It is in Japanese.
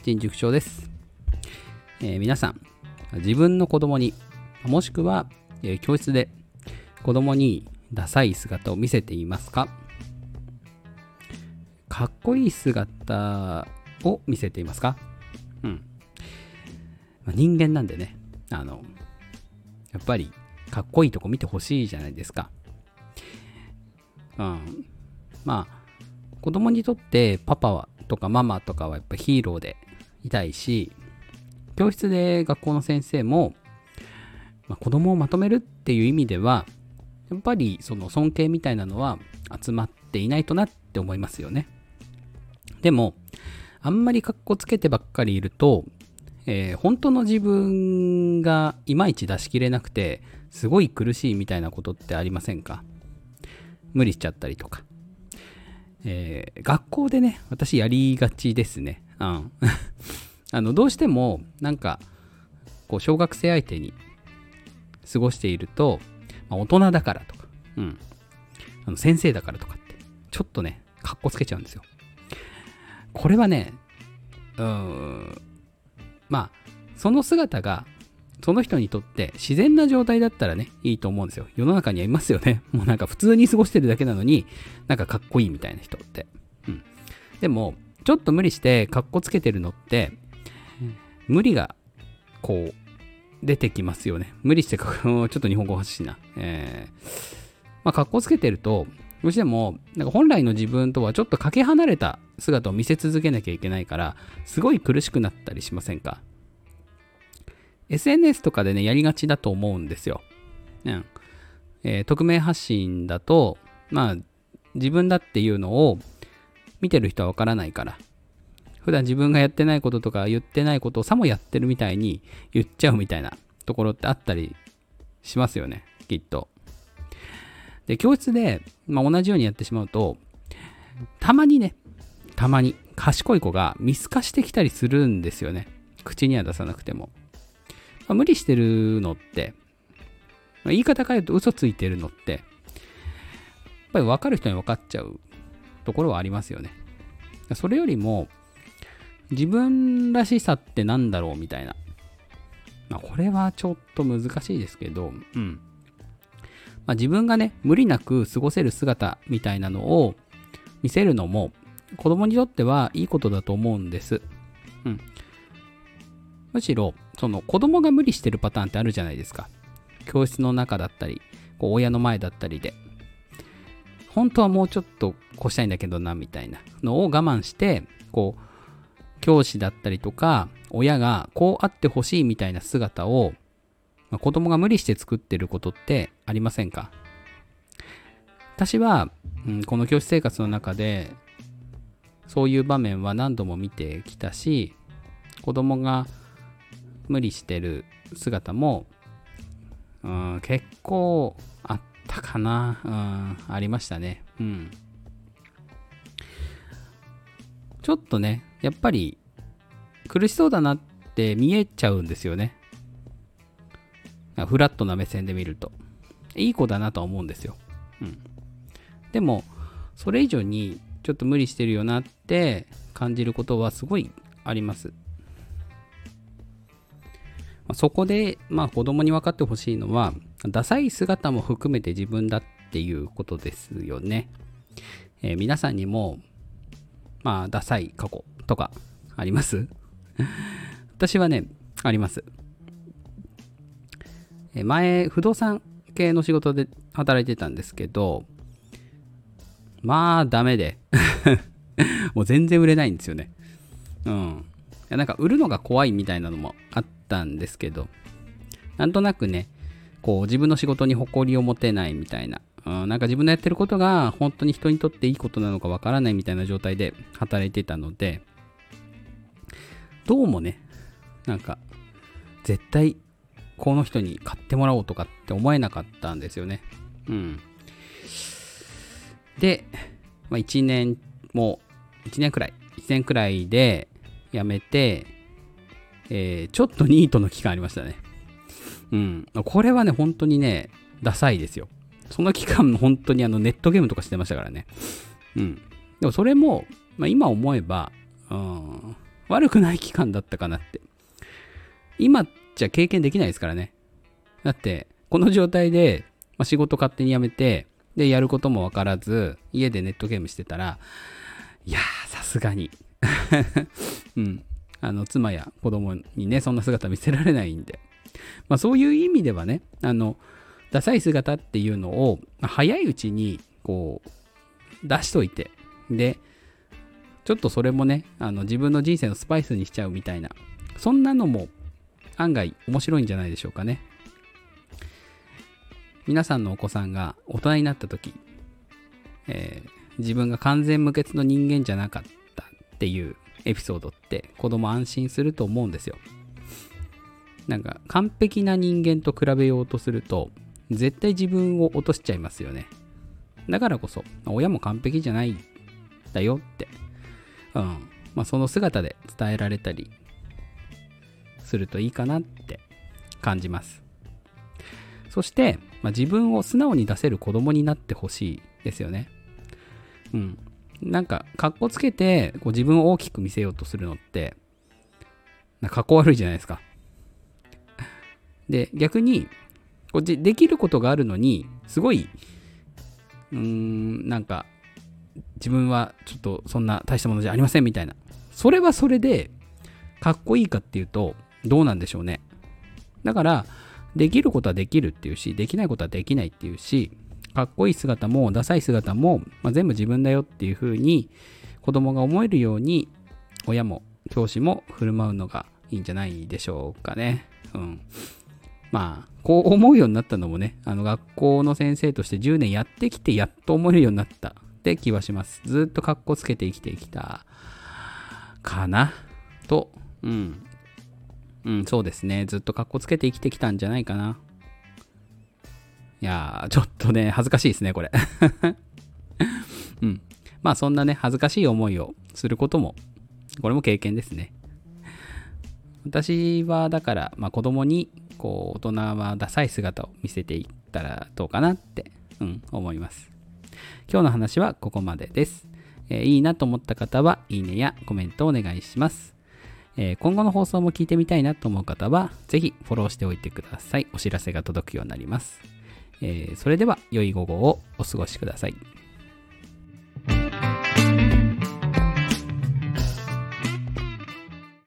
陳塾長です。皆さん、自分の子供にもしくは、教室で子供にダサい姿を見せていますか？かっこいい姿を見せていますか？人間なんでね、やっぱりかっこいいとこ見てほしいじゃないですか。子供にとってパパとかママとかはやっぱヒーローでいたいし、教室で学校の先生も、子供をまとめるっていう意味ではやっぱりその尊敬みたいなのは集まっていないとなって思いますよね。でもあんまりかっこつけてばっかりいると、本当の自分がいまいち出し切れなくてすごい苦しいみたいなことってありませんか？無理しちゃったりとか、学校でね、私やりがちですね。どうしてもなんかこう小学生相手に過ごしていると、大人だからとか、先生だからとかってちょっとねかっこつけちゃうんですよ。これはね、その姿がその人にとって自然な状態だったらね、いいと思うんですよ。世の中にはいますよね。もうなんか普通に過ごしてるだけなのになんかかっこいいみたいな人って。でもちょっと無理してかっこつけてるのって無理がこう出てきますよね。無理してちょっと日本語欲しいな。かっこつけてるとどうしてもなんか本来の自分とはちょっとかけ離れた姿を見せ続けなきゃいけないからすごい苦しくなったりしませんか？SNS とかでねやりがちだと思うんですよ。匿名発信だと自分だっていうのを見てる人はわからないから、普段自分がやってないこととか言ってないことをさもやってるみたいに言っちゃうみたいなところってあったりしますよね、きっと。で、教室で、同じようにやってしまうとたまに賢い子が見透かしてきたりするんですよね。口には出さなくても。無理してるのって、言い方変えると嘘ついてるのってやっぱり分かる人に分かっちゃうところはありますよね。それよりも自分らしさってなんだろうみたいな、これはちょっと難しいですけど、自分がね無理なく過ごせる姿みたいなのを見せるのも子供にとってはいいことだと思うんです。むしろその子供が無理してるパターンってあるじゃないですか。教室の中だったり親の前だったりで本当はもうちょっとこうしたいんだけどなみたいなのを我慢して教師だったりとか親がこうあってほしいみたいな姿を、子供が無理して作ってることってありませんか？私は、この教師生活の中でそういう場面は何度も見てきたし、子供が無理してる姿も、結構あったかな。ありましたね。ちょっとねやっぱり苦しそうだなって見えちゃうんですよね。フラットな目線で見るといい子だなとは思うんですよ。でもそれ以上にちょっと無理してるよなって感じることはすごいあります。そこで子供に分かってほしいのはダサい姿も含めて自分だっていうことですよね。皆さんにもダサい過去とかあります？私はねあります。前不動産系の仕事で働いてたんですけど、ダメでもう全然売れないんですよね。なんか売るのが怖いみたいなのもあったんですけど、なんとなくね自分の仕事に誇りを持てないみたいな、なんか自分のやってることが本当に人にとっていいことなのかわからないみたいな状態で働いてたので、どうもねなんか絶対この人に買ってもらおうとかって思えなかったんですよね。で、1年くらいで辞めて、ちょっとニートの期間ありましたね。これはね本当にねダサいですよ。その期間本当にネットゲームとかしてましたからね。でもそれも、今思えば悪くない期間だったかなって。今じゃ経験できないですからね。だって、この状態で、仕事勝手に辞めて、で、やることもわからず、家でネットゲームしてたら、いやー、さすがに。うん。妻や子供にね、そんな姿見せられないんで。そういう意味ではね、ダサい姿っていうのを、早いうちに、出しといて、で、ちょっとそれもね、自分の人生のスパイスにしちゃうみたいな、そんなのも案外面白いんじゃないでしょうかね。皆さんのお子さんが大人になった時、自分が完全無欠の人間じゃなかったっていうエピソードって子供安心すると思うんですよ。なんか完璧な人間と比べようとすると絶対自分を落としちゃいますよね。だからこそ親も完璧じゃないんだよって、その姿で伝えられたりするといいかなって感じます。そして、自分を素直に出せる子供になってほしいですよね。なんか、かっこつけて自分を大きく見せようとするのって、かっこ悪いじゃないですか。で、逆に、できることがあるのに、すごい、なんか、自分はちょっとそんな大したものじゃありませんみたいな。それはそれで、かっこいいかっていうと、どうなんでしょうね。だから、できることはできるっていうし、できないことはできないっていうし、かっこいい姿もダサい姿も、全部自分だよっていう風に子供が思えるように親も教師も振る舞うのがいいんじゃないでしょうかね。こう思うようになったのもね、学校の先生として10年やってきてやっと思えるようになったって気はします。ずっとかっこつけて生きてきたかなと、そうですね。ずっとかっこつけて生きてきたんじゃないかな。いやー、ちょっとね、恥ずかしいですね、これ。そんなね、恥ずかしい思いをすることも、これも経験ですね。私は、だから、子供に、大人はダサい姿を見せていったらどうかなって、思います。今日の話はここまでです。いいなと思った方は、いいねやコメントをお願いします。今後の放送も聞いてみたいなと思う方は、ぜひフォローしておいてください。お知らせが届くようになります。それでは、良い午後をお過ごしください。